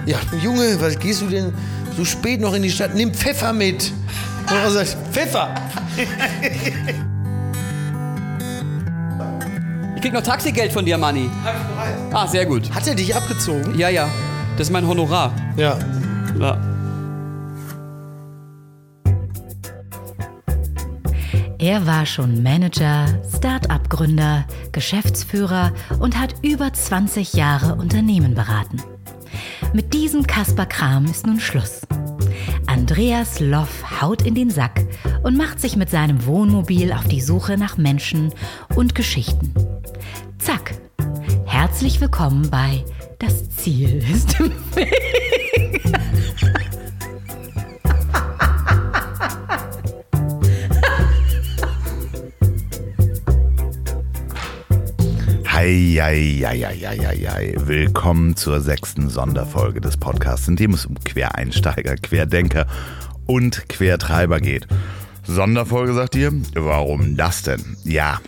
Ja, Junge, was gehst du denn so spät noch in die Stadt? Nimm Pfeffer mit. Und er sagt, Pfeffer. Ich krieg noch Taxigeld von dir, Manni. Ah, sehr gut. Hat er dich abgezogen? Ja, ja. Das ist mein Honorar. Ja. Ja. Er war schon Manager, Start-up-Gründer, Geschäftsführer und hat über 20 Jahre Unternehmen beraten. Mit diesem Kasper-Kram ist nun Schluss. Andreas Loff haut in den Sack und macht sich mit seinem Wohnmobil auf die Suche nach Menschen und Geschichten. Zack! Herzlich willkommen bei Das Ziel ist im Weg. Hei. Willkommen zur 6. Sonderfolge des Podcasts, in dem es um Quereinsteiger, Querdenker und Quertreiber geht. Sonderfolge, sagt ihr? Warum das denn? Ja,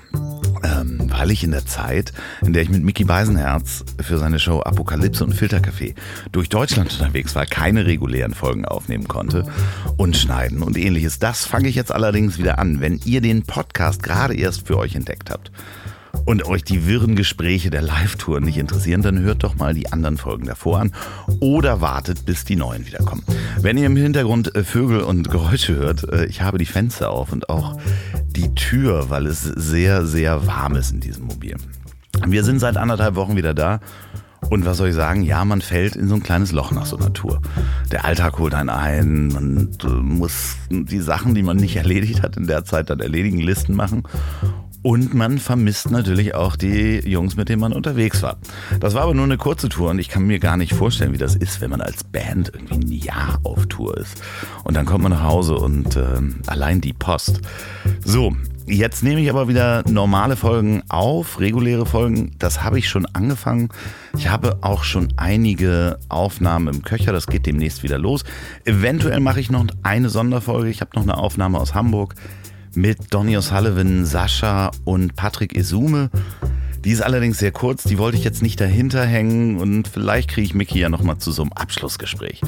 weil ich in der Zeit, in der ich mit Micky Beisenherz für seine Show Apokalypse und Filtercafé durch Deutschland unterwegs war, keine regulären Folgen aufnehmen konnte und schneiden und ähnliches. Das fange ich jetzt allerdings wieder an, wenn ihr den Podcast gerade erst für euch entdeckt habt und euch die wirren Gespräche der Live-Tour nicht interessieren, dann hört doch mal die anderen Folgen davor an oder wartet, bis die neuen wiederkommen. Wenn ihr im Hintergrund Vögel und Geräusche hört, ich habe die Fenster auf und auch die Tür, weil es sehr, sehr warm ist in diesem Mobil. Wir sind seit 1,5 Wochen wieder da. Und was soll ich sagen? Ja, man fällt in so ein kleines Loch nach so einer Tour. Der Alltag holt einen ein, man muss die Sachen, die man nicht erledigt hat, in der Zeit dann erledigen, Listen machen. Und man vermisst natürlich auch die Jungs, mit denen man unterwegs war. Das war aber nur eine kurze Tour und ich kann mir gar nicht vorstellen, wie das ist, wenn man als Band irgendwie ein Jahr auf Tour ist. Und dann kommt man nach Hause und allein die Post. So, jetzt nehme ich aber wieder normale Folgen auf, reguläre Folgen. Das habe ich schon angefangen. Ich habe auch schon einige Aufnahmen im Köcher. Das geht demnächst wieder los. Eventuell mache ich noch eine Sonderfolge. Ich habe noch eine Aufnahme aus Hamburg mit Donny O'Sullivan, Sascha und Patrick Esume. Die ist allerdings sehr kurz, die wollte ich jetzt nicht dahinter hängen und vielleicht kriege ich Micky ja nochmal zu so einem Abschlussgespräch.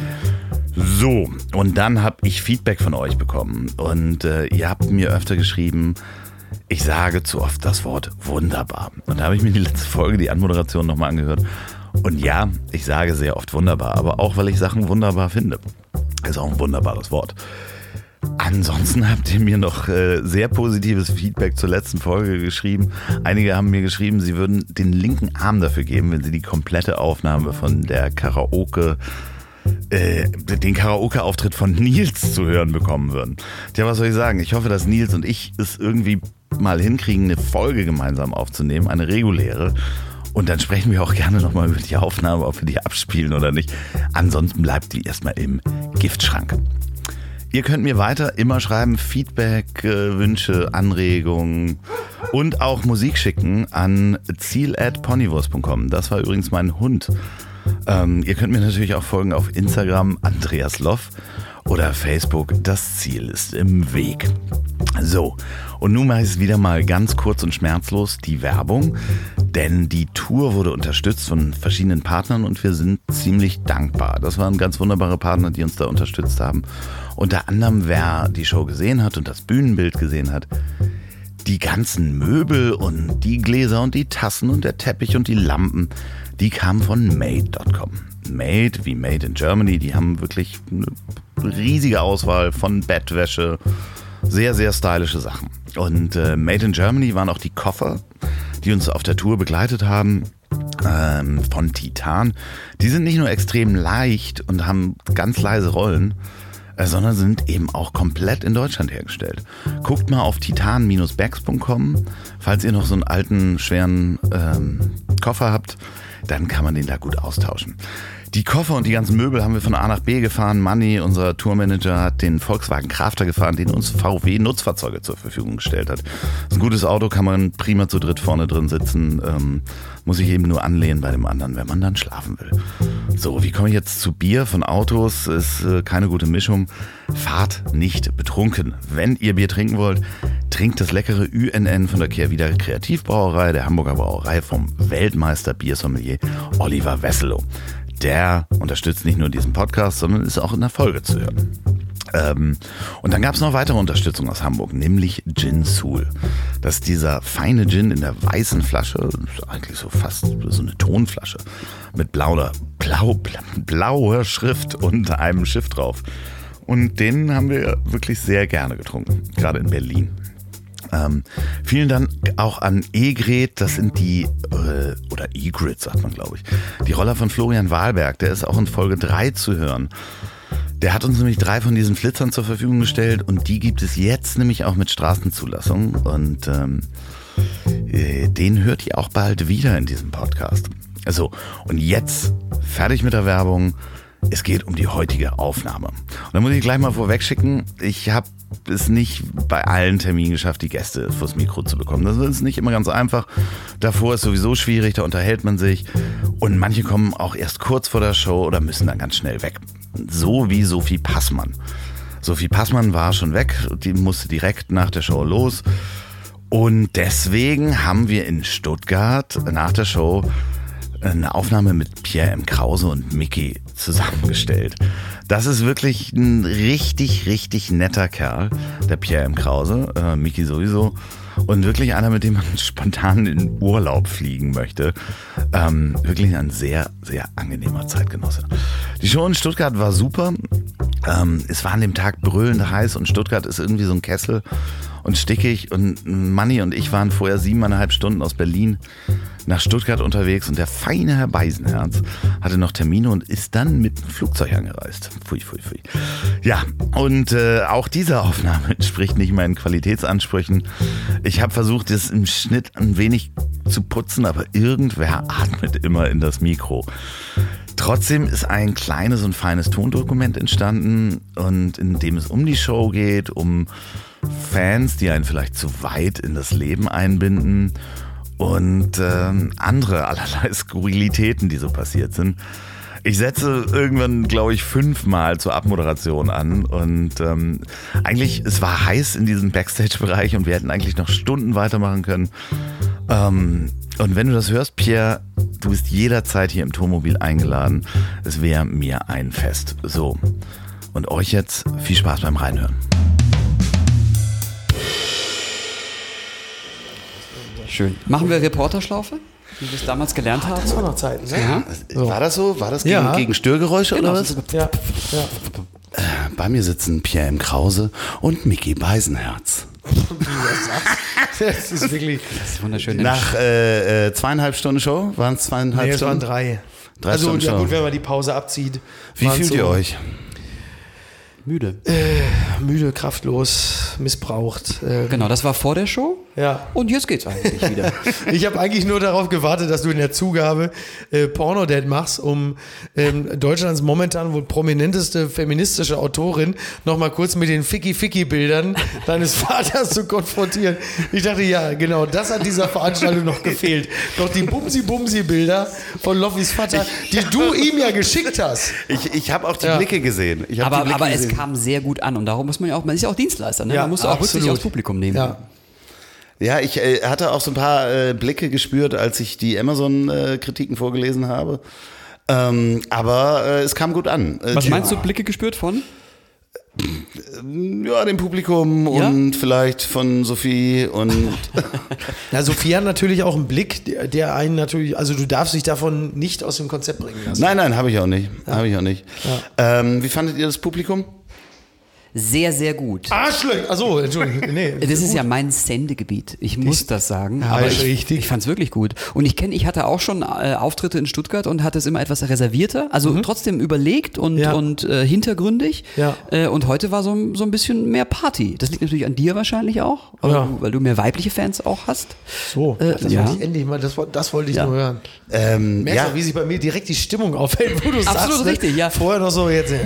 So, und dann habe ich Feedback von euch bekommen und ihr habt mir öfter geschrieben, ich sage zu oft das Wort wunderbar. Und da habe ich mir die letzte Folge, die Anmoderation nochmal angehört. Und ja, ich sage sehr oft wunderbar, aber auch, weil ich Sachen wunderbar finde. Ist auch ein wunderbares Wort. Ansonsten habt ihr mir noch sehr positives Feedback zur letzten Folge geschrieben. Einige haben mir geschrieben, sie würden den linken Arm dafür geben, wenn sie die komplette Aufnahme von der den Karaoke-Auftritt von Nils zu hören bekommen würden. Tja, was soll ich sagen? Ich hoffe, dass Nils und ich es irgendwie mal hinkriegen, eine Folge gemeinsam aufzunehmen, eine reguläre. Und dann sprechen wir auch gerne nochmal über die Aufnahme, ob wir die abspielen oder nicht. Ansonsten bleibt die erstmal im Giftschrank. Ihr könnt mir weiter immer schreiben, Feedback, Wünsche, Anregungen und auch Musik schicken an ziel@ponywurst.com. Das war übrigens mein Hund. Ihr könnt mir natürlich auch folgen auf Instagram, Andreas Loff, oder Facebook, Das Ziel ist im Weg. So, und nun mache ich es wieder mal ganz kurz und schmerzlos, die Werbung, denn die Tour wurde unterstützt von verschiedenen Partnern und wir sind ziemlich dankbar. Das waren ganz wunderbare Partner, die uns da unterstützt haben. Unter anderem, wer die Show gesehen hat und das Bühnenbild gesehen hat, die ganzen Möbel und die Gläser und die Tassen und der Teppich und die Lampen, die kamen von Made.com. Made wie Made in Germany, die haben wirklich eine riesige Auswahl von Bettwäsche, sehr, sehr stylische Sachen. Und Made in Germany waren auch die Koffer, die uns auf der Tour begleitet haben, von Titan. Die sind nicht nur extrem leicht und haben ganz leise Rollen, sondern sind eben auch komplett in Deutschland hergestellt. Guckt mal auf titan-bags.com, falls ihr noch so einen alten, schweren Koffer habt, dann kann man den da gut austauschen. Die Koffer und die ganzen Möbel haben wir von A nach B gefahren. Manni, unser Tourmanager, hat den Volkswagen Crafter gefahren, den uns VW Nutzfahrzeuge zur Verfügung gestellt hat. Das ist ein gutes Auto, kann man prima zu dritt vorne drin sitzen. Muss sich eben nur anlehnen bei dem anderen, wenn man dann schlafen will. So, wie komme ich jetzt zu Bier von Autos? Ist keine gute Mischung. Fahrt nicht betrunken. Wenn ihr Bier trinken wollt, trinkt das leckere UNN von der Kehrwieder Kreativbrauerei, der Hamburger Brauerei vom Weltmeister Biersommelier Oliver Wesselow. der unterstützt nicht nur diesen Podcast, sondern ist auch in der Folge zu hören. Und dann gab es noch weitere Unterstützung aus Hamburg, nämlich Gin Soul. Das ist dieser feine Gin in der weißen Flasche, eigentlich so fast so eine Tonflasche, mit blauer Schrift und einem Schiff drauf. Und den haben wir wirklich sehr gerne getrunken, gerade in Berlin. Vielen Dank auch an E-Gret, das sind die, oder E-Grit sagt man, glaube ich, die Roller von Florian Wahlberg, der ist auch in Folge 3 zu hören. Der hat uns nämlich 3 von diesen Flitzern zur Verfügung gestellt und die gibt es jetzt nämlich auch mit Straßenzulassung und den hört ihr auch bald wieder in diesem Podcast. Also, und jetzt fertig mit der Werbung. Es geht um die heutige Aufnahme. Und da muss ich gleich mal vorweg schicken, ich habe es nicht bei allen Terminen geschafft, die Gäste vors Mikro zu bekommen. Das ist nicht immer ganz einfach. Davor ist sowieso schwierig, da unterhält man sich. Und manche kommen auch erst kurz vor der Show oder müssen dann ganz schnell weg. So wie Sophie Passmann. Sophie Passmann war schon weg, die musste direkt nach der Show los. Und deswegen haben wir in Stuttgart nach der Show eine Aufnahme mit Pierre M. Krause und Micky zusammengestellt. Das ist wirklich ein richtig, richtig netter Kerl, der Pierre M. Krause, Micky sowieso. Und wirklich einer, mit dem man spontan in Urlaub fliegen möchte. Wirklich ein sehr, sehr angenehmer Zeitgenosse. Die Show in Stuttgart war super. Es war an dem Tag brüllend heiß und Stuttgart ist irgendwie so ein Kessel und stickig. Und Manni und ich waren vorher 7,5 Stunden aus Berlin nach Stuttgart unterwegs und der feine Herr Beisenherz hatte noch Termine und ist dann mit dem Flugzeug angereist. Pfui, pfui, pfui. Ja, und auch diese Aufnahme entspricht nicht meinen Qualitätsansprüchen. Ich habe versucht, das im Schnitt ein wenig zu putzen, aber irgendwer atmet immer in das Mikro. Trotzdem ist ein kleines und feines Tondokument entstanden und in dem es um die Show geht, um Fans, die einen vielleicht zu weit in das Leben einbinden und andere allerlei Skurrilitäten, die so passiert sind. Ich setze irgendwann, glaube ich, 5-mal zur Abmoderation an und eigentlich, es war heiß in diesem Backstage-Bereich und wir hätten eigentlich noch Stunden weitermachen können. Und wenn du das hörst, Pierre, du bist jederzeit hier im Tonmobil eingeladen. Es wäre mir ein Fest. So, und euch jetzt viel Spaß beim Reinhören. Schön. Machen wir Reporterschlaufe, wie wir es damals gelernt haben? Das war noch Zeiten, ne? Ja. So. War das so? War das Ja. gegen Störgeräusche Genau, oder was? Ja, ja. Bei mir sitzen Pierre M. Krause und Micky Beisenherz. Das ist wirklich. Das ist wunderschön. Nach 2,5 Stunden Show? Waren es 2,5 Nee, es waren Stunden? 3. 3 Also, Stunden ja Show. gut, wenn man die Pause abzieht. Wie waren's fühlt ihr euch? Müde. Müde, kraftlos, missbraucht. Genau, das war vor der Show. Ja. Und jetzt geht's eigentlich wieder. Ich habe eigentlich nur darauf gewartet, dass du in der Zugabe Pornodate machst, um Deutschlands momentan wohl prominenteste feministische Autorin nochmal kurz mit den Ficky-Ficky-Bildern deines Vaters zu konfrontieren. Ich dachte, ja, genau, das hat dieser Veranstaltung noch gefehlt. Doch die Bumsi-Bumsi-Bilder von Loffis Vater, die du ihm ja geschickt hast. Ich habe auch die Ja. Blicke gesehen. Ich hab die Blicke Aber es gesehen. kam sehr gut an und darum muss man ja auch, man ist ja auch Dienstleister, ne? Ja, Man muss auch Rücksicht absolut. aufs Publikum nehmen. Ja. Ja, ich hatte auch so ein paar Blicke gespürt, als ich die Amazon-Kritiken vorgelesen habe. Aber es kam gut an. Was meinst du, Blicke gespürt von? Ja, dem Publikum Ja? und vielleicht von Sophie und Ja, Sophie hat natürlich auch einen Blick, der einen natürlich, also du darfst dich davon nicht aus dem Konzept bringen lassen. Nein, habe ich auch nicht. Habe ich auch nicht. Wie fandet ihr das Publikum? Sehr, sehr gut. Arschlöch! Achso, Entschuldigung. Nee, Das ist ja mein Sendegebiet. Ich muss das sagen. Ja, aber ist ich, richtig. ich fand es wirklich gut. Und ich hatte auch schon Auftritte in Stuttgart und hatte es immer etwas reservierter. Also trotzdem überlegt und, Ja. und hintergründig. Ja. Und heute war so ein bisschen mehr Party. Das liegt natürlich an dir wahrscheinlich auch, aber Ja. weil du mehr weibliche Fans auch hast. So, das ja. wollte ich endlich mal, das wollte ich Ja. nur hören. Merkst Ja, du, wie sich bei mir direkt die Stimmung auffällt, wo du sagst, Absolut ne? richtig, ja. Vorher noch so, jetzt.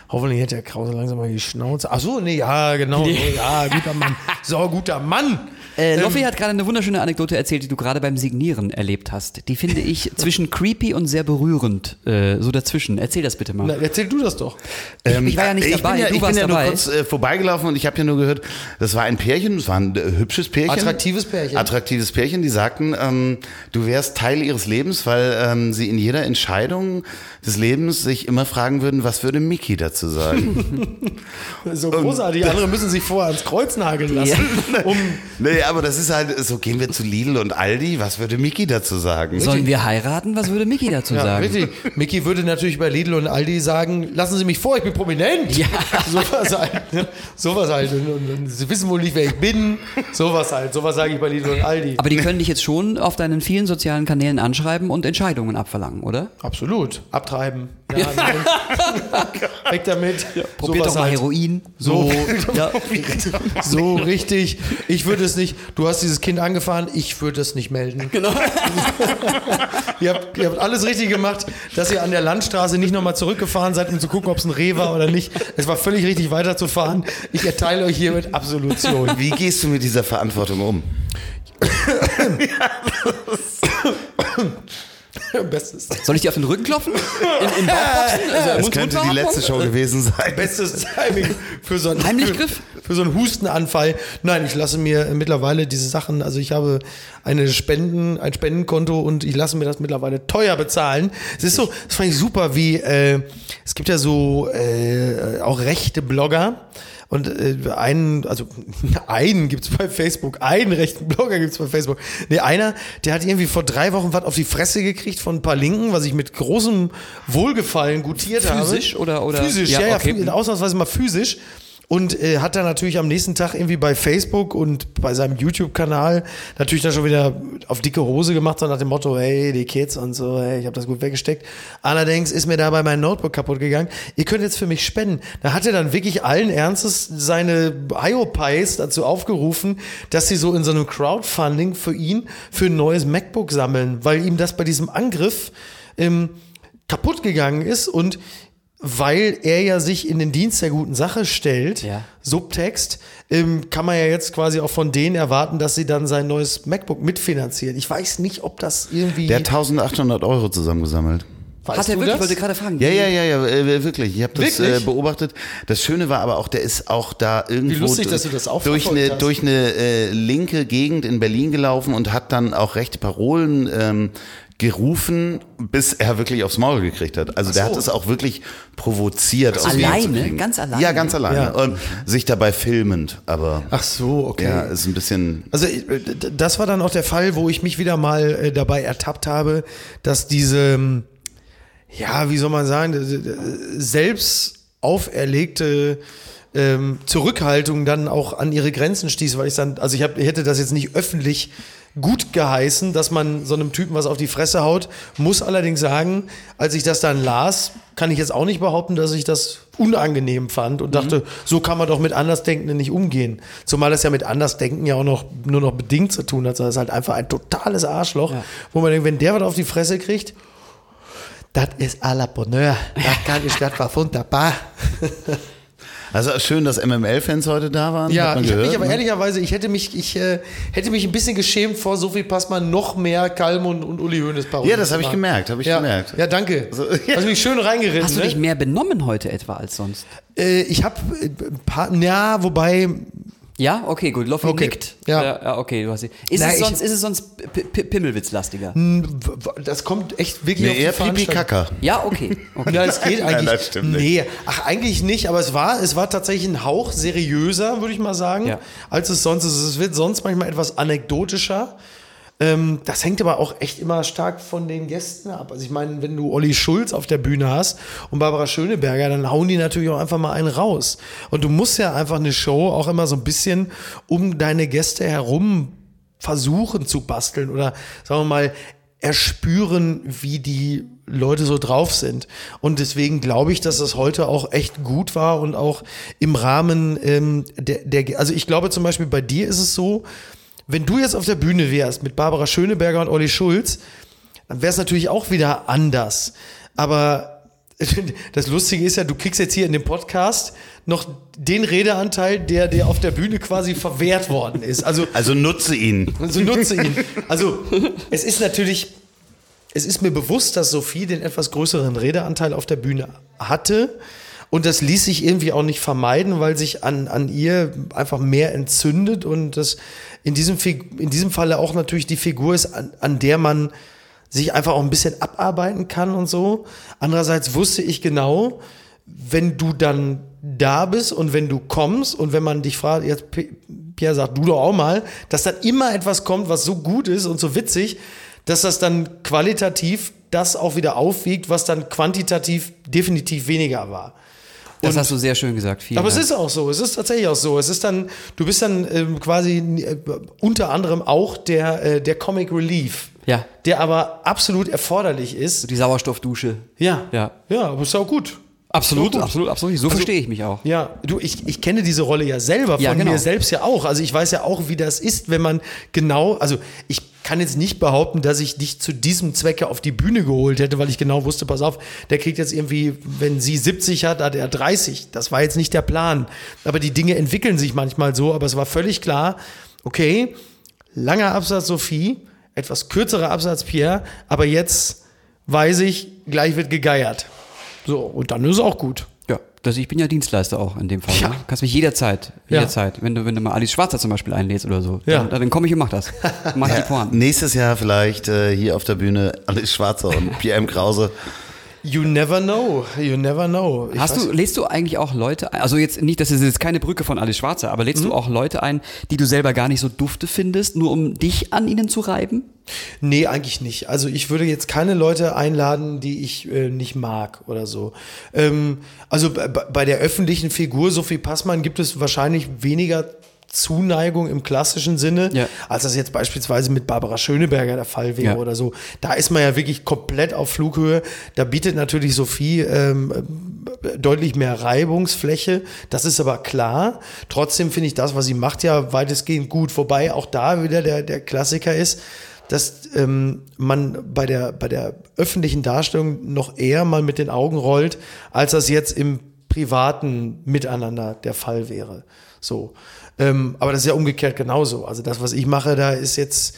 Hoffentlich hätte der Krause langsam mal die Schnauze. Ach so, nee, ja, genau. Nee, ja, guter Mann. So, guter Mann. Loffi hat gerade eine wunderschöne Anekdote erzählt, die du gerade beim Signieren erlebt hast. Die finde ich zwischen creepy und sehr berührend, so dazwischen. Erzähl das bitte mal. Na, erzähl du das doch. Ich war ja nicht dabei, ich du warst bin ja dabei. nur kurz vorbeigelaufen und ich habe ja nur gehört, das war ein Pärchen, das war ein hübsches Pärchen. Attraktives Pärchen. Die sagten, du wärst Teil ihres Lebens, weil sie in jeder Entscheidung des Lebens sich immer fragen würden, was würde Mickey dazu sagen? So großartig. Andere müssen sich vorher ans Kreuz nageln lassen. Nee, aber das ist halt so, gehen wir zu Lidl und Aldi, was würde Mickey dazu sagen? Sollen wir heiraten? Was würde Mickey dazu Ja, sagen? richtig. Mickey würde natürlich bei Lidl und Aldi sagen, lassen Sie mich vor, ich bin prominent. Ja. Sowas halt. Ne? Sowas halt. Und Sie wissen wohl nicht, wer ich bin. Sowas halt. Sowas sage ich bei Lidl und Aldi. Aber die können dich jetzt schon auf deinen vielen sozialen Kanälen anschreiben und Entscheidungen abverlangen, oder? Absolut. Abtreiben. Ja, nein. Weg damit. Ja, Probier doch mal Heroin. So, ja, so richtig. Ich würde es nicht. Du hast dieses Kind angefahren, ich würde es nicht melden. Genau. Ihr habt alles richtig gemacht, dass ihr an der Landstraße nicht nochmal zurückgefahren seid, um zu gucken, ob es ein Reh war oder nicht. Es war völlig richtig weiterzufahren. Ich erteile euch hiermit Absolution. Wie gehst du mit dieser Verantwortung um? Bestes. Soll ich dir auf den Rücken klopfen? In Bauchboxen? Also Das könnte die letzte Show gewesen sein. Bestes Timing für so einen Heimlichgriff? Für so einen Hustenanfall. Nein, ich lasse mir mittlerweile diese Sachen, also ich habe ein Spendenkonto und ich lasse mir das mittlerweile teuer bezahlen. Es ist so, das fand ich super, wie es gibt ja so auch rechte Blogger. Und einen gibt's bei Facebook, einen rechten Blogger gibt's bei Facebook. Nee, einer, der hat irgendwie vor 3 Wochen was auf die Fresse gekriegt von ein paar Linken, was ich mit großem Wohlgefallen gutiert habe. Physisch oder? Physisch, ja, okay. Ausnahmsweise mal physisch. Und hat dann natürlich am nächsten Tag irgendwie bei Facebook und bei seinem YouTube-Kanal natürlich dann schon wieder auf dicke Hose gemacht, so nach dem Motto, hey, die Kids und so, hey, ich habe das gut weggesteckt. Allerdings ist mir dabei mein Notebook kaputt gegangen. Ihr könnt jetzt für mich spenden. Da hat er dann wirklich allen Ernstes seine IOPIs dazu aufgerufen, dass sie so in so einem Crowdfunding für ihn für ein neues MacBook sammeln, weil ihm das bei diesem Angriff kaputt gegangen ist und weil er ja sich in den Dienst der guten Sache stellt, ja. Subtext, kann man ja jetzt quasi auch von denen erwarten, dass sie dann sein neues MacBook mitfinanzieren. Ich weiß nicht, ob das irgendwie... Der hat 1.800 € zusammengesammelt. Hat er wirklich? Ich wollte gerade fragen. Ja, wirklich. Ich habe das beobachtet. Das Schöne war aber auch, der ist auch da irgendwo Wie lustig, dass du das auch durch eine linke Gegend in Berlin gelaufen und hat dann auch rechte Parolen gerufen, bis er wirklich aufs Maul gekriegt hat. Also der hat es auch wirklich provoziert. Alleine? Ganz alleine? Ja, ganz alleine. Ja. Und sich dabei filmend. Aber ach so, okay. Ja, ist ein bisschen... Also das war dann auch der Fall, wo ich mich wieder mal dabei ertappt habe, dass diese, ja, wie soll man sagen, selbst auferlegte Zurückhaltung dann auch an ihre Grenzen stieß, weil ich dann, also ich hätte das jetzt nicht öffentlich gut geheißen, dass man so einem Typen was auf die Fresse haut, muss allerdings sagen, als ich das dann las, kann ich jetzt auch nicht behaupten, dass ich das unangenehm fand und dachte, so kann man doch mit Andersdenkenden nicht umgehen. Zumal das ja mit Andersdenken ja auch nur noch bedingt zu tun hat, sondern es ist halt einfach ein totales Arschloch, wo man denkt, wenn der was auf die Fresse kriegt, das ist à la bonheur, das war wunderbar. Also schön, dass MML-Fans heute da waren. Ja, hat man ich gehört, habe mich aber ne? ehrlicherweise, ich hätte mich ein bisschen geschämt vor Sophie Passmann, noch mehr Kallmund und Uli Hoeneß Parodie. Ja, das habe ich gemerkt, Ja, danke. So, ja. Hast mich schön reingeritten. Hast du dich mehr benommen heute etwa als sonst? Ich habe ein paar, ja, wobei... Ja, okay, gut. Loffi nickt. Ja, okay, du hast sie. Ist es sonst Pimmelwitzlastiger? Das kommt echt wirklich auf die eher Pipi-Kaka. Ja, okay. Ja, es geht eigentlich. Nein, das stimmt nicht. Nee, ach, eigentlich nicht, aber es war tatsächlich ein Hauch seriöser, würde ich mal sagen, als es sonst ist. Es wird sonst manchmal etwas anekdotischer. Das hängt aber auch echt immer stark von den Gästen ab. Also ich meine, wenn du Olli Schulz auf der Bühne hast und Barbara Schöneberger, dann hauen die natürlich auch einfach mal einen raus. Und du musst ja einfach eine Show auch immer so ein bisschen um deine Gäste herum versuchen zu basteln oder, sagen wir mal, erspüren, wie die Leute so drauf sind. Und deswegen glaube ich, dass das heute auch echt gut war und auch im Rahmen also ich glaube zum Beispiel bei dir ist es so, wenn du jetzt auf der Bühne wärst mit Barbara Schöneberger und Olli Schulz, dann wäre es natürlich auch wieder anders. Aber das Lustige ist ja, du kriegst jetzt hier in dem Podcast noch den Redeanteil, der auf der Bühne quasi verwehrt worden ist. Also nutze ihn. Also es ist mir bewusst, dass Sophie den etwas größeren Redeanteil auf der Bühne hatte. Und das ließ sich irgendwie auch nicht vermeiden, weil sich an ihr einfach mehr entzündet und das in diesem Falle auch natürlich die Figur ist, an der man sich einfach auch ein bisschen abarbeiten kann und so. Andererseits wusste ich genau, wenn du dann da bist und wenn du kommst und wenn man dich fragt, jetzt Pierre, sag du doch auch mal, dass dann immer etwas kommt, was so gut ist und so witzig, dass das dann qualitativ das auch wieder aufwiegt, was dann quantitativ definitiv weniger war. Das hast du sehr schön gesagt. Vielen Aber Dank. es ist auch so, es ist tatsächlich auch so. Es ist dann, du bist dann quasi unter anderem auch der Comic Relief, Ja. der aber absolut erforderlich ist. Die Sauerstoffdusche. Ja, Ja. aber ist auch gut. Absolut, gut. absolut. So verstehe ich mich auch. Ja, ich kenne diese Rolle ja selber von Ja, genau. mir selbst ja auch. Also ich weiß ja auch, wie das ist, wenn man also ich kann jetzt nicht behaupten, dass ich dich zu diesem Zwecke auf die Bühne geholt hätte, weil ich genau wusste, pass auf, der kriegt jetzt irgendwie, wenn sie 70 hat er 30. Das war jetzt nicht der Plan. Aber die Dinge entwickeln sich manchmal so, aber es war völlig klar, okay, langer Absatz Sophie, etwas kürzerer Absatz Pierre, aber jetzt weiß ich, gleich wird gegeiert. So, und dann ist es auch gut. Ja, ich bin ja Dienstleister auch in dem Fall. Ja. Ne? Kannst mich jederzeit, wenn du mal Alice Schwarzer zum Beispiel einlädst oder so, dann komme ich und mach das. Mach die Pointen. Nächstes Jahr vielleicht hier auf der Bühne Alice Schwarzer und Pierre M. Krause. You never know. Lädst du eigentlich auch Leute ein, also jetzt nicht, das ist jetzt keine Brücke von Alice Schwarzer, aber lädst du auch Leute ein, die du selber gar nicht so dufte findest, nur um dich an ihnen zu reiben? Nee, eigentlich nicht. Also ich würde jetzt keine Leute einladen, die ich nicht mag oder so. Also bei der öffentlichen Figur Sophie Passmann gibt es wahrscheinlich weniger Zuneigung im klassischen Sinne, als das jetzt beispielsweise mit Barbara Schöneberger der Fall wäre oder so. Da ist man ja wirklich komplett auf Flughöhe. Da bietet natürlich Sophie deutlich mehr Reibungsfläche. Das ist aber klar. Trotzdem finde ich das, was sie macht, ja weitestgehend gut. Wobei auch da wieder der Klassiker ist, dass man bei der öffentlichen Darstellung noch eher mal mit den Augen rollt, als das jetzt im privaten Miteinander der Fall wäre. So. Aber das ist ja umgekehrt genauso. Also das, was ich mache, da ist jetzt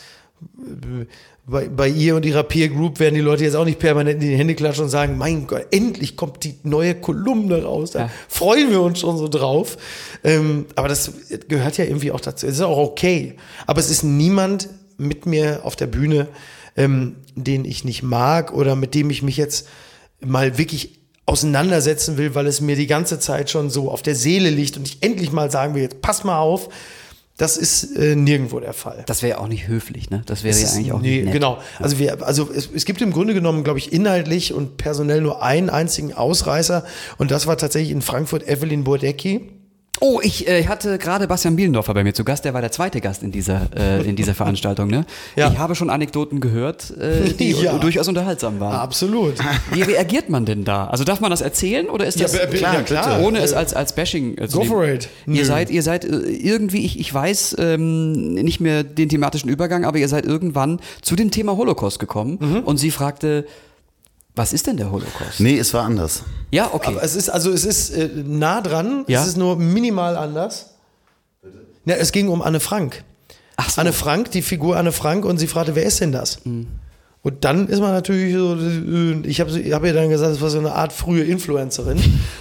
bei ihr und ihrer Peer Group werden die Leute jetzt auch nicht permanent in die Hände klatschen und sagen, mein Gott, endlich kommt die neue Kolumne raus. Da freuen wir uns schon so drauf. Aber das gehört ja irgendwie auch dazu. Es ist auch okay. Aber es ist niemand mit mir auf der Bühne, den ich nicht mag oder mit dem ich mich jetzt mal wirklich auseinandersetzen will, weil es mir die ganze Zeit schon so auf der Seele liegt und ich endlich mal sagen will, jetzt pass mal auf, das ist nirgendwo der Fall. Das wäre ja auch nicht höflich, ne? Das wäre ja eigentlich auch nicht nett. Genau. Also es gibt im Grunde genommen, glaube ich, inhaltlich und personell nur einen einzigen Ausreißer und das war tatsächlich in Frankfurt Evelyn Burdecki. Oh, ich hatte gerade Bastian Bielendorfer bei mir zu Gast, der war der zweite Gast in dieser Veranstaltung. Ne? Ja. Ich habe schon Anekdoten gehört, die durchaus unterhaltsam waren. Absolut. Wie reagiert man denn da? Also darf man das erzählen oder ist das klar, ohne es als Bashing zu nehmen? Go for it. Ihr seid irgendwie, ich weiß nicht mehr den thematischen Übergang, aber ihr seid irgendwann zu dem Thema Holocaust gekommen und sie fragte, was ist denn der Holocaust? Nee, es war anders. Ja, okay. Aber es ist nah dran, es ist nur minimal anders. Ja, es ging um Anne Frank. Ach so. Anne Frank, die Figur Anne Frank und sie fragte, wer ist denn das? Und dann ist man natürlich so, ich hab ihr dann gesagt, das war so eine Art frühe Influencerin.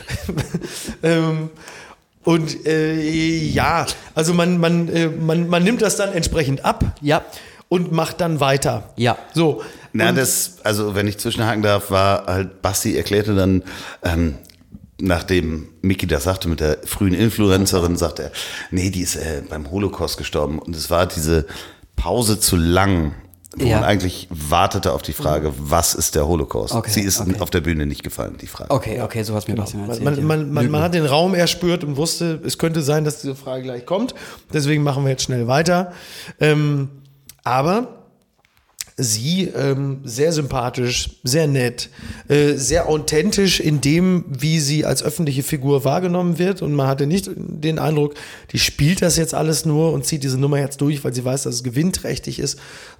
Also man nimmt das dann entsprechend ab. Ja. Und macht dann weiter. Ja. So. Na, also wenn ich zwischenhaken darf, war halt, Basti erklärte dann, nachdem Micky das sagte mit der frühen Influencerin, sagte er, nee, die ist beim Holocaust gestorben. Und es war diese Pause zu lang, wo man eigentlich wartete auf die Frage, was ist der Holocaust? Okay, Sie ist auf der Bühne nicht gefallen, die Frage. Okay, so hat mir Bastian erzählt. Man hat den Raum erspürt und wusste, es könnte sein, dass diese Frage gleich kommt. Deswegen machen wir jetzt schnell weiter. Aber sie sehr sympathisch, sehr nett, sehr authentisch in dem, wie sie als öffentliche Figur wahrgenommen wird. Und man hatte nicht den Eindruck, die spielt das jetzt alles nur und zieht diese Nummer jetzt durch, weil sie weiß, dass es gewinnträchtig ist,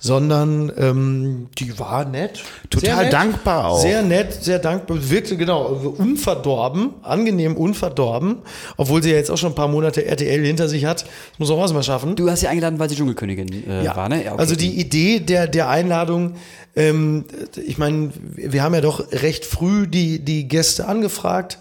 sondern die war nett. Total nett, dankbar auch. Sehr nett, sehr dankbar, wirkte genau unverdorben, angenehm unverdorben, obwohl sie ja jetzt auch schon ein paar Monate RTL hinter sich hat. Muss auch was mal schaffen. Du hast sie eingeladen, weil sie Dschungelkönigin war, ne? Ja, okay. Also die Idee der Einladung, ich meine, wir haben ja doch recht früh die Gäste angefragt,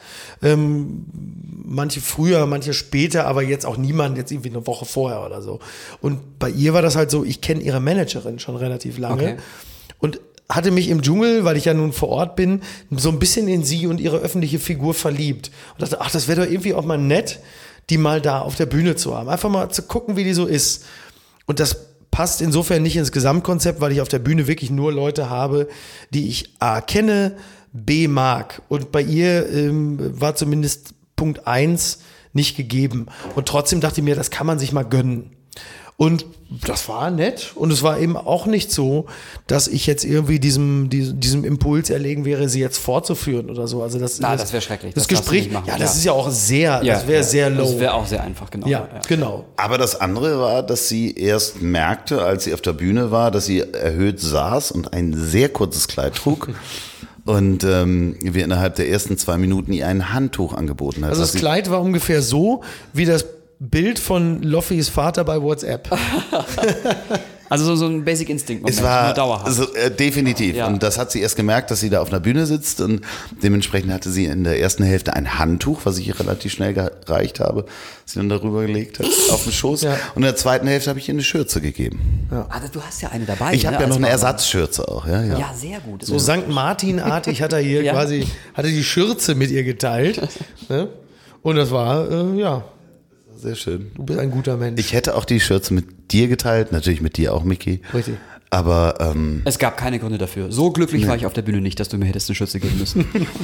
manche früher, manche später, aber jetzt auch niemand, jetzt irgendwie eine Woche vorher oder so. Und bei ihr war das halt so, ich kenne ihre Managerin schon relativ lange. Okay. Und hatte mich im Dschungel, weil ich ja nun vor Ort bin, so ein bisschen in sie und ihre öffentliche Figur verliebt. Und dachte, ach, das wäre doch irgendwie auch mal nett, die mal da auf der Bühne zu haben. Einfach mal zu gucken, wie die so ist. Und das passt insofern nicht ins Gesamtkonzept, weil ich auf der Bühne wirklich nur Leute habe, die ich A kenne, B mag. Und bei ihr war zumindest Punkt 1 nicht gegeben. Und trotzdem dachte ich mir, das kann man sich mal gönnen. Und das war nett. Und es war eben auch nicht so, dass ich jetzt irgendwie diesem Impuls erlegen wäre, sie jetzt fortzuführen oder so. Also das wäre schrecklich. Das Gespräch, das ist ja auch sehr, das wäre sehr low. Das wäre auch sehr einfach, genau. Ja, genau. Aber das andere war, dass sie erst merkte, als sie auf der Bühne war, dass sie erhöht saß und ein sehr kurzes Kleid trug. Und wir innerhalb der ersten 2 Minuten ihr ein Handtuch angeboten hat. Also das Kleid war ungefähr so, wie das Bild von Loffis Vater bei WhatsApp. Also so ein Basic Instinct Moment, es war nur dauerhaft. So, definitiv. Ja. Und das hat sie erst gemerkt, dass sie da auf einer Bühne sitzt und dementsprechend hatte sie in der ersten Hälfte ein Handtuch, was ich ihr relativ schnell gereicht habe, sie dann darüber gelegt hat, auf den Schoß. Ja. Und in der zweiten Hälfte habe ich ihr eine Schürze gegeben. Ah, du hast ja eine dabei. Ich habe ja als noch eine Mama. Ersatzschürze auch. Ja. Ja, sehr gut. So St. Martin-artig hat er hier Ja. quasi, hatte die Schürze mit ihr geteilt. Ne? Und das war, Sehr schön. du bist ein guter Mensch. Ich hätte auch die Schürze mit dir geteilt, natürlich mit dir auch, Micky. Richtig. Aber Es gab keine Gründe dafür. So glücklich war ich auf der Bühne nicht, dass du mir hättest eine Schürze geben müssen.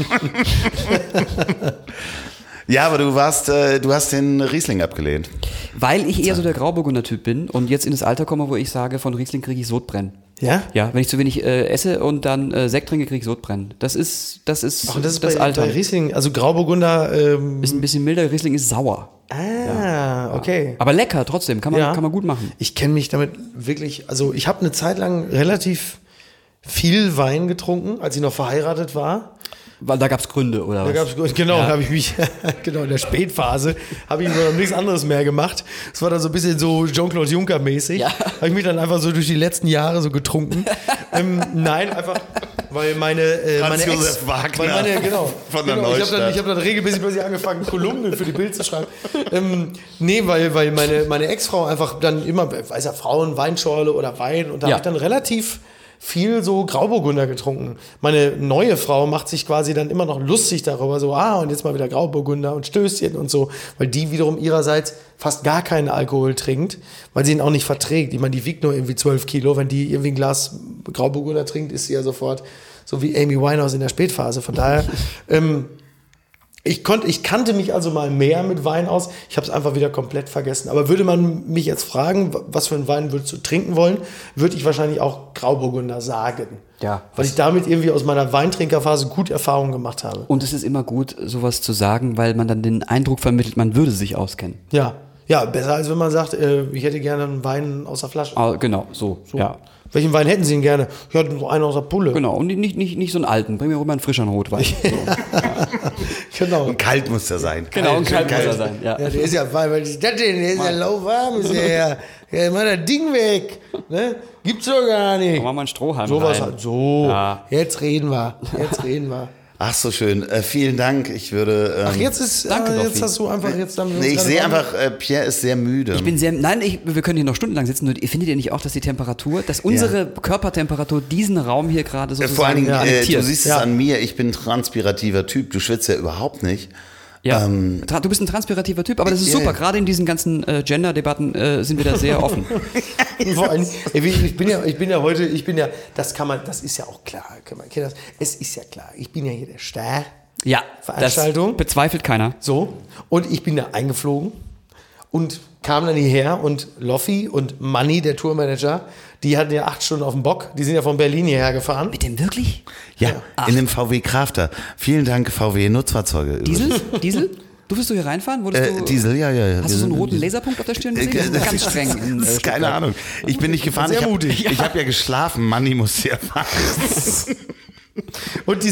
ja, aber du hast den Riesling abgelehnt. Weil ich eher so der Grauburgunder Typ bin und jetzt in das Alter komme, wo ich sage, von Riesling kriege ich Sodbrennen. Ja? Ja, wenn ich zu wenig esse und dann Sekt trinke, kriege ich Sodbrennen. Das ist Ach, und das ist das bei Alter. Riesling, also Grauburgunder. Ist ein bisschen milder, Riesling ist sauer. Okay. Aber lecker trotzdem, kann man gut machen. Ich kenne mich damit wirklich, also ich habe eine Zeit lang relativ viel Wein getrunken, als ich noch verheiratet war. Weil da gab es Gründe, oder Da was? gab's, genau, habe ich mich, genau, in der Spätphase habe ich noch nichts anderes mehr gemacht. Es war dann so ein bisschen so Jean-Claude Juncker-mäßig. Ja. Habe ich mich dann einfach so durch die letzten Jahre so getrunken. Nein, einfach, weil meine Franz-Josef Wagner weil meine, genau, von der genau, Neustadt. ich hab dann regelmäßig plötzlich angefangen, Kolumnen für die Bild zu schreiben. Weil meine Ex-Frau einfach dann immer, weiß ja, Frauen, Weinschorle oder Wein, und da habe ich dann relativ viel so Grauburgunder getrunken. Meine neue Frau macht sich quasi dann immer noch lustig darüber, so, und jetzt mal wieder Grauburgunder und Stößchen und so, weil die wiederum ihrerseits fast gar keinen Alkohol trinkt, weil sie ihn auch nicht verträgt. Ich meine, die wiegt nur irgendwie 12 Kilo. Wenn die irgendwie ein Glas Grauburgunder trinkt, ist sie ja sofort so wie Amy Winehouse in der Spätphase. Von daher, ich kannte mich also mal mehr mit Wein aus. Ich habe es einfach wieder komplett vergessen. Aber würde man mich jetzt fragen, was für einen Wein würdest du trinken wollen, würde ich wahrscheinlich auch Grauburgunder sagen. Ja. Weil ich damit irgendwie aus meiner Weintrinkerphase gut Erfahrungen gemacht habe. Und es ist immer gut, sowas zu sagen, weil man dann den Eindruck vermittelt, man würde sich auskennen. Ja, besser als wenn man sagt, ich hätte gerne einen Wein aus der Flasche. Ah, genau, so. Ja. Welchen Wein hätten Sie denn gerne? Ich hätte noch einen aus der Pulle. Genau, und nicht so einen alten. Bring mir rüber einen frischen Rotwein. So. Genau. Und kalt muss der sein. Genau, und kalt muss er sein. Ja. Ja, der ist ja, weil das denn? Der ist ja lauwarm, ist ja, mach das Ding weg. Ne? Gibt's doch gar nicht. Machen wir mal einen Strohhalm Sowas rein. halt. So, Ja. jetzt reden wir. Ach, so schön. Vielen Dank. Ich würde. Ach, jetzt ist, Danke, jetzt Loffi. hast du einfach jetzt dann. Nee, ich sehe einfach, Pierre ist sehr müde. Ich bin sehr, wir können hier noch stundenlang sitzen, nur findet ihr nicht auch, dass die Temperatur, dass unsere Körpertemperatur diesen Raum hier gerade sozusagen Vor allen Dingen, annektiert? du siehst es an mir, ich bin ein transpirativer Typ. Du schwitzt ja überhaupt nicht. Ja, du bist ein transpirativer Typ, aber das ist Ja, super. ja. Gerade in diesen ganzen Gender-Debatten sind wir da sehr offen. Vor allem, ich bin ja heute, das ist ja auch klar, es ist ja klar, ich bin ja hier der Star. Ja, Veranstaltung. das bezweifelt keiner. So, und ich bin da eingeflogen. und kam dann hierher und Loffi und Manni, der Tourmanager, die hatten ja 8 Stunden auf dem Bock. Die sind ja von Berlin hierher gefahren. Mit dem wirklich? Ja, in dem VW Crafter. Vielen Dank, VW Nutzfahrzeuge. Diesel? Durftest du hier reinfahren? Wurdest du, Diesel, ja. Hast du so einen roten Laserpunkt auf der Stirn gesehen? Das ist ganz streng. Das ist keine Ahnung. Ich bin nicht gefahren. Sehr mutig. Ich habe ja geschlafen. Manni musste ja fahren. Und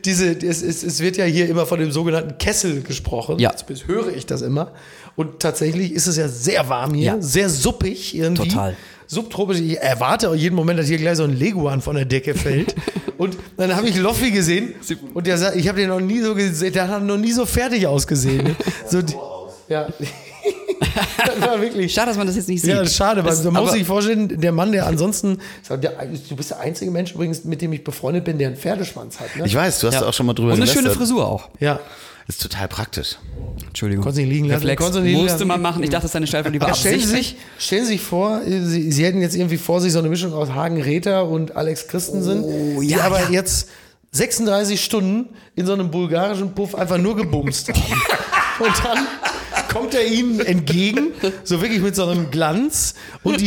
es wird ja hier immer von dem sogenannten Kessel gesprochen. Ja. Zumindest höre ich das immer. Und tatsächlich ist es ja sehr warm hier, sehr suppig irgendwie. Total. Subtropisch. Ich erwarte auch jeden Moment, dass hier gleich so ein Leguan von der Decke fällt. Und dann habe ich Loffi gesehen und der sagt, ich habe den noch nie so gesehen, der hat noch nie so fertig ausgesehen. So, ja. Das war wirklich. Schade, dass man das jetzt nicht sieht. Ja, schade, weil man muss sich vorstellen, der Mann, der ansonsten, du bist der einzige Mensch übrigens, mit dem ich befreundet bin, der einen Pferdeschwanz hat. Ne? Ich weiß, du hast auch schon mal drüber Und eine gelästert. schöne Frisur auch. Ja. Ist total praktisch. Entschuldigung. Konntest nicht liegen lassen. Reflex. Konntest nicht liegen Musste lassen. man machen. Ich dachte, das ist eine Steife lieber Stellen absichtlich. Sie sich vor, Sie hätten jetzt irgendwie vor sich so eine Mischung aus Hagen Räther und Alex Christensen, die ja, aber ja. jetzt 36 Stunden in so einem bulgarischen Puff einfach nur gebumst haben. Und dann kommt er ihnen entgegen, so wirklich mit so einem Glanz. Und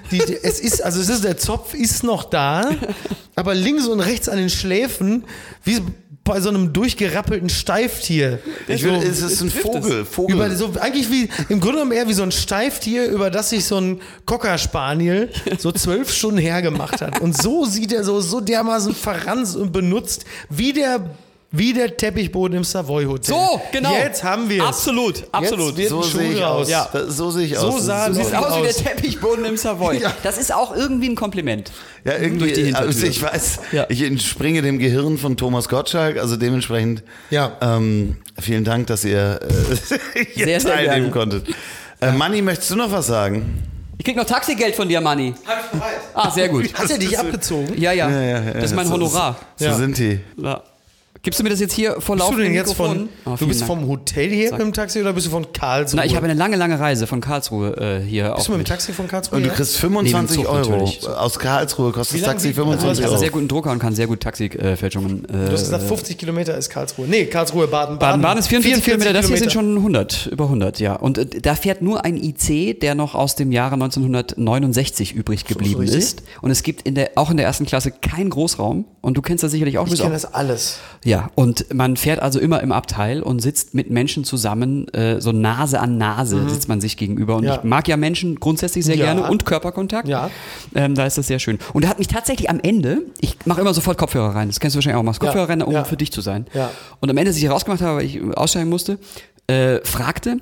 der Zopf ist noch da, aber links und rechts an den Schläfen, wie bei so einem durchgerappelten Steiftier. Es ist ein Vogel. Eigentlich im Grunde genommen eher wie so ein Steiftier, über das sich so ein Cocker Spaniel so 12 Stunden hergemacht hat. Und so sieht er so dermaßen verranzt und benutzt, wie der Teppichboden im Savoy Hotel. So, genau. Jetzt haben wir es. Absolut. Jetzt wird So ein Schuh sehe ich raus. aus. Ja. So sehe ich So aus. sah Du das siehst aus wie der aus. Teppichboden im Savoy. Ja. Das ist auch irgendwie ein Kompliment. Ja, irgendwie, Durch die Hintertür. also ich weiß, Ja. ich entspringe dem Gehirn von Thomas Gottschalk, also dementsprechend vielen Dank, dass ihr hier Sehr, sehr teilnehmen gerne. konntet. Manni, möchtest du noch was sagen? Ich krieg noch Taxigeld von dir, Manni. Hab ich bereit. Ah, sehr gut. Hat er dich abgezogen? Ja. Ja. Das ist mein Honorar. So sind die. Ja. Gibst du mir das jetzt hier vor Bist du laufendem denn jetzt Mikrofon? du bist vom Hotel hier mit dem Taxi oder bist du von Karlsruhe? Na, ich habe eine lange Reise von Karlsruhe hier Bist du mit dem mit. Taxi von Karlsruhe? Und du her? kriegst 25 Nee, mit dem Zug Euro. natürlich. Aus Karlsruhe kostet Wie das lang Taxi wie- also 25 Ich habe einen Euro. sehr guten Drucker und kann sehr gut Taxifälschungen. Du hast gesagt, 50 Kilometer ist Karlsruhe. Nee, Karlsruhe, Baden. Baden-Baden ist 44 Kilometer, das hier sind schon 100, über 100, ja. Und da fährt nur ein IC, der noch aus dem Jahre 1969 übrig geblieben richtig? ist. Und es gibt auch in der ersten Klasse keinen Großraum. Und du kennst das sicherlich auch. Ich kenne das alles. Ja, und man fährt also immer im Abteil und sitzt mit Menschen zusammen, so Nase an Nase sitzt man sich gegenüber. Und Ja. ich mag ja Menschen grundsätzlich sehr Ja. gerne und Körperkontakt. Ja. Da ist das sehr schön. Und er hat mich tatsächlich am Ende, ich mache immer sofort Kopfhörer rein, das kennst du wahrscheinlich auch, machst Kopfhörer rein, um Ja. für dich zu sein. Ja. Und am Ende, als ich rausgemacht habe, weil ich aussteigen musste, fragte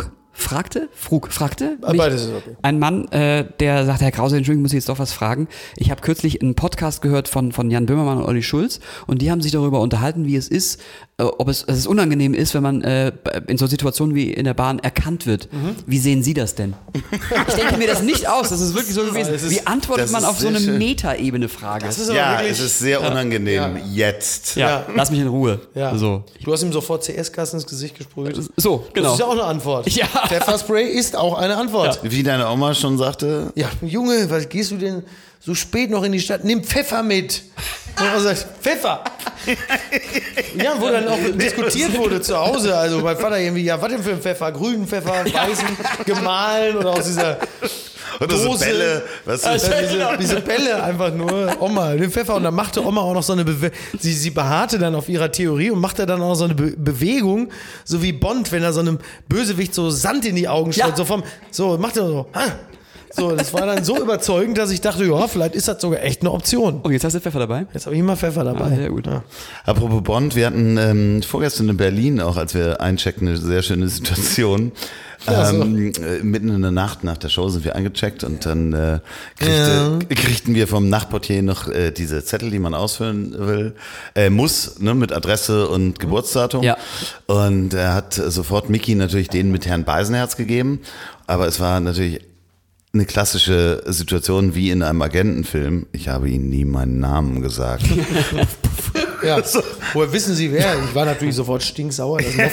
mich Beides ist okay. ein Mann, der sagte, Herr Krause, Entschuldigung, muss ich jetzt doch was fragen. Ich habe kürzlich einen Podcast gehört von Jan Böhmermann und Olli Schulz und die haben sich darüber unterhalten, wie es ist, ob es unangenehm ist, wenn man in so Situationen wie in der Bahn erkannt wird. Wie sehen Sie das denn? Ich denke mir das nicht aus, das ist wirklich so gewesen. Wie antwortet das man ist auf so sehr eine schön. Meta-Ebene-Frage? Das ist aber Ja, wirklich, es ist sehr unangenehm. Jetzt. Ja, lass mich in Ruhe. Ja. So, Du hast ihm sofort CS-Gas ins Gesicht gesprüht. so Das genau. ist ja auch eine Antwort. Ja. Pfefferspray ist auch eine Antwort. Wie deine Oma schon sagte, Ja, Junge, was gehst du denn so spät noch in die Stadt? Nimm Pfeffer mit. Und er sagt, Pfeffer. Ja, wo dann auch diskutiert wurde zu Hause. Also mein Vater irgendwie, ja, was denn für ein Pfeffer? Grünen Pfeffer, weißen, gemahlen oder aus dieser oder so Dose. Bälle, was ist Diese Bälle einfach nur, Oma, den Pfeffer. Und dann machte Oma auch noch so eine sie beharrte dann auf ihrer Theorie und machte dann auch so eine Bewegung, so wie Bond, wenn er so einem Bösewicht so Sand in die Augen streut. Ja. So machte er so, so, das war dann so überzeugend, dass ich dachte, ja, vielleicht ist das sogar echt eine Option. Oh, jetzt hast du Pfeffer dabei? Jetzt habe ich immer Pfeffer dabei. Ah, sehr gut. Ja. Apropos Bond, wir hatten vorgestern in Berlin auch, als wir eincheckten, eine sehr schöne Situation. Ja, so. Mitten in der Nacht nach der Show sind wir eingecheckt und dann kriegten wir vom Nachtportier noch diese Zettel, die man ausfüllen muss, ne, mit Adresse und Geburtsdatum. Ja. Und er hat sofort Mickey natürlich den mit Herrn Beisenherz gegeben, aber es war natürlich eine klassische Situation wie in einem Agentenfilm. Ich habe Ihnen nie meinen Namen gesagt. Ja. Woher wissen Sie wer? Ich war natürlich sofort stinksauer, dass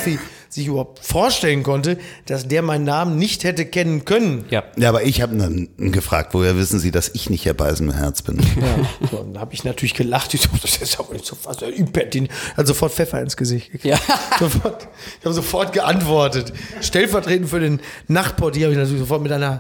sich überhaupt vorstellen konnte, dass der meinen Namen nicht hätte kennen können. Ja. Ja, aber ich habe dann gefragt, woher wissen Sie, dass ich nicht Herr Beisenherz bin? Ja, so, dann habe ich natürlich gelacht. Ich so, das ist aber nicht so fast. Hat sofort Pfeffer ins Gesicht gekriegt. Ja. Ich habe sofort geantwortet. Stellvertretend für den Nachtportier habe ich natürlich sofort mit einer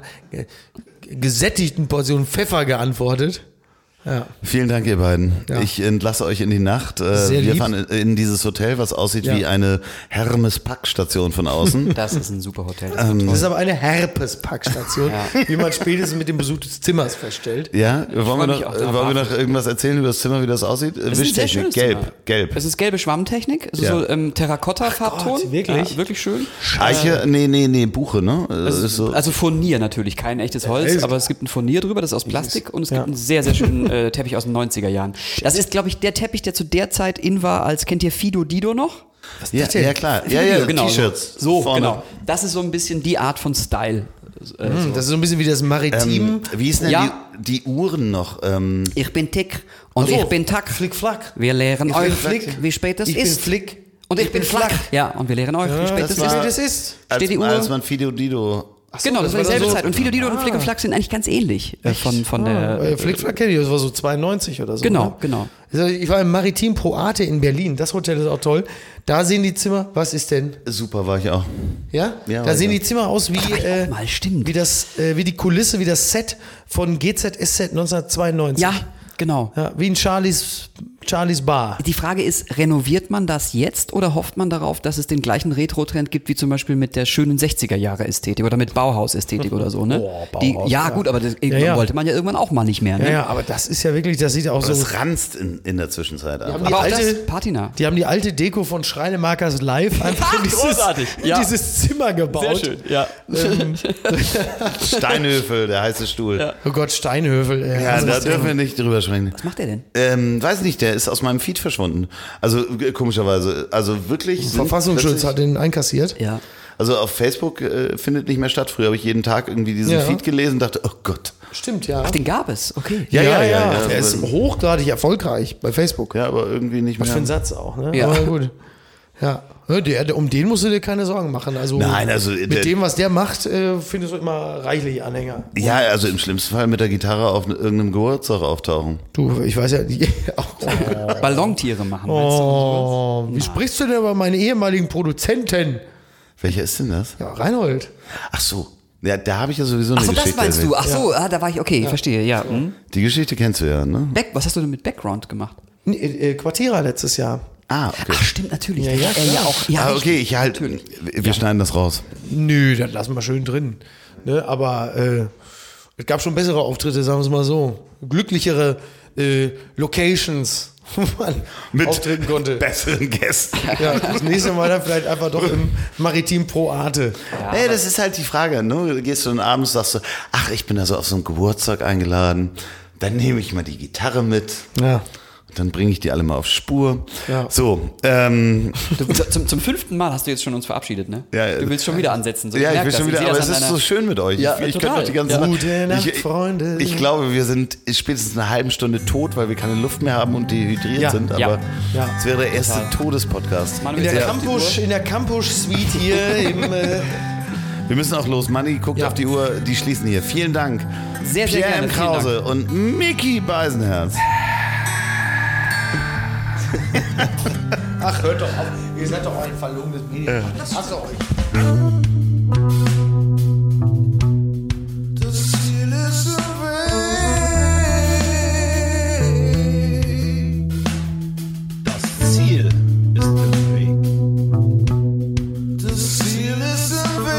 gesättigten Portion Pfeffer geantwortet. Ja. Vielen Dank, ihr beiden. Ja. Ich entlasse euch in die Nacht. Sehr Wir lieb. fahren in dieses Hotel, was aussieht wie eine Hermes-Packstation von außen. Das ist ein super Hotel. Das ist aber eine Herpes-Packstation, wie man spätestens mit dem Besuch des Zimmers feststellt. Ja, wollen mich wir auch darauf noch irgendwas erzählen über das Zimmer, wie das aussieht? Es ist ein sehr Wischtechnik, schönes gelb, Zimmer. gelb. Es ist gelbe Schwammtechnik, es ist Ja. so Terrakotta-Farbton. Gott, wirklich? Ja, wirklich schön. Eiche, nee, Buche, ne? Das ist so. Also Furnier natürlich, kein echtes Holz, ist- aber es gibt ein Furnier drüber, das ist aus Plastik und es gibt einen sehr, sehr schönen Teppich aus den 90er Jahren. Das ist, glaube ich, der Teppich, der zu der Zeit in war, als kennt ihr Fido Dido noch? Ja, ja, klar. Ja, genau, T-Shirts. So, vorne. genau. Das ist so ein bisschen die Art von Style. Das ist so ein bisschen wie das Maritim. Wie ist denn Ja. die Uhren noch? Ich bin Tick und Ach so, ich bin Tack. Flick-Flack. Wir lehren Ich bin euch, Flick. wie spät es Ich bin ist. Flick. Und ich bin Flack. Ja, und wir lehren euch, wie spät es Das ist. war, das ist. Steht die Uhr? Als man Fido Dido. Genau, das war das war dieselbe so- Zeit. Und Fido Dido und Flick und Flack sind eigentlich ganz ähnlich von der. Flick-Flack kenne ich, das war so 92 oder so. Genau, ne? genau. Ich war im Maritim Pro Arte in Berlin. Das Hotel ist auch toll. Da sehen die Zimmer, was ist denn? Super war ich auch. Ja? Ja, Da sehen ja. die Zimmer aus wie, mal, stimmt. wie die Kulisse, wie das Set von GZSZ 1992. Ja, genau. Ja, wie in Charlies Bar. Die Frage ist, renoviert man das jetzt oder hofft man darauf, dass es den gleichen Retro-Trend gibt, wie zum Beispiel mit der schönen 60er-Jahre-Ästhetik oder mit Bauhaus-Ästhetik oder so, ne? Boah, Bauhaus, ja, ja. gut, aber das ja. wollte man ja irgendwann auch mal nicht mehr, ne? Ja, ja, aber das ist ja wirklich, das sieht auch so. Das ranzt in der Zwischenzeit haben einfach. die Aber auch alte- das, Patina. Die haben die alte Deko von Schreinemakers Live einfach in großartig, ja. dieses Zimmer gebaut. ja. Steinhöfel, der heiße Stuhl. Oh Gott, Steinhöfel. Ja, Also da was dürfen wir nicht drüber sprechen. Was macht der denn? Weiß nicht, der ist aus meinem Feed verschwunden. Also komischerweise. Also wirklich. sind Verfassungsschutz plötzlich- hat den einkassiert. Ja. Also auf Facebook findet nicht mehr statt. Früher habe ich jeden Tag irgendwie diesen Ja. Feed gelesen und dachte, oh Gott. Stimmt, ja. Ach, den gab es, okay. Ja. Er ist hochgradig erfolgreich bei Facebook. Ja, aber irgendwie nicht Was mehr. für ein Satz auch, ne? Ja. Aber gut. Ja. Um den musst du dir keine Sorgen machen. Also Nein, also der- mit dem, was der macht, findest du immer reichlich Anhänger. Ja, also im schlimmsten Fall mit der Gitarre auf irgendeinem Geburtstag auftauchen. Du, ich weiß ja, Ballontiere machen, meinst du? Oh, wie sprichst du denn über meine ehemaligen Produzenten? Welcher ist denn das? Ja, Reinhold. Ach so. Ja, da habe ich ja sowieso eine Achso, das Geschichte. meinst du. erwähnt. Ach so, da war ich, okay, verstehe, ja. Hm. Die Geschichte kennst du ja, ne? Was hast du denn mit Background gemacht? Quartierer letztes Jahr. Ah, okay. Ach, stimmt, natürlich. Ja, ja, klar. ja auch. Ja, Ah, richtig. okay, ich halt. Wir schneiden das raus. Nö, das lassen wir schön drin. Ne, aber es gab schon bessere Auftritte, sagen wir es mal so. Glücklichere Locations, wo man auftreten konnte. besseren Gästen. Ja, das nächste Mal dann vielleicht einfach doch im Maritim Pro Arte. Hey, das ist halt die Frage, ne? Du gehst dann abends, sagst du, ach, ich bin da so auf so einen Geburtstag eingeladen. Dann nehme ich mal die Gitarre mit. Ja. Dann bringe ich die alle mal auf Spur. Ja. So, Zum 5. Mal hast du jetzt schon uns verabschiedet, ne? Ja, Du willst schon wieder ansetzen. So, ja, ich merk will das. schon wieder, sehe aber das es an ist deiner- so schön mit euch. Ja, ich total. könnte noch die ganze Ja. Gute Nacht, Freunde. Ich glaube, wir sind spätestens eine halbe Stunde tot, weil wir keine Luft mehr haben und dehydriert Ja. sind. Aber Ja. Ja. es wäre der erste Todespodcast. Manuel, In der Campus Suite hier im Wir müssen auch los. Manni, guckt Ja. auf die Uhr. Die schließen hier. Vielen Dank. Sehr, sehr Pierre gerne. M. Vielen Dank. Krause und Micky Beisenherz. Ach, hört doch auf. Ihr seid doch ein verlogenes Medium. Lasst doch euch. Das Ziel ist im Weg. Das Ziel ist im Weg. Das Ziel ist im Weg.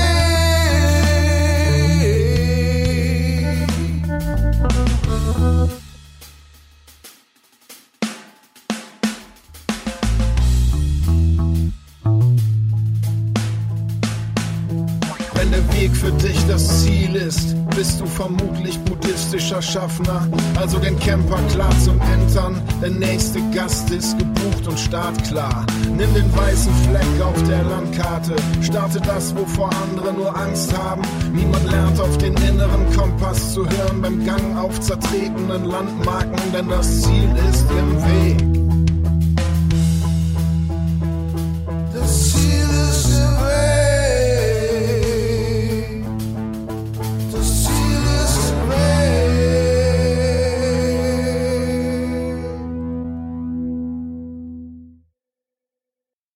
Wenn der Weg für dich das Ziel ist, bist du vermutlich buddhistischer Schaffner. Also den Camper klar zum Entern. Der nächste Gast ist gebucht und startklar. Nimm den weißen Fleck auf der Landkarte. Starte das, wovor andere nur Angst haben. Niemand lernt auf den inneren Kompass zu hören beim Gang auf zertretenen Landmarken, denn das Ziel ist im Weg.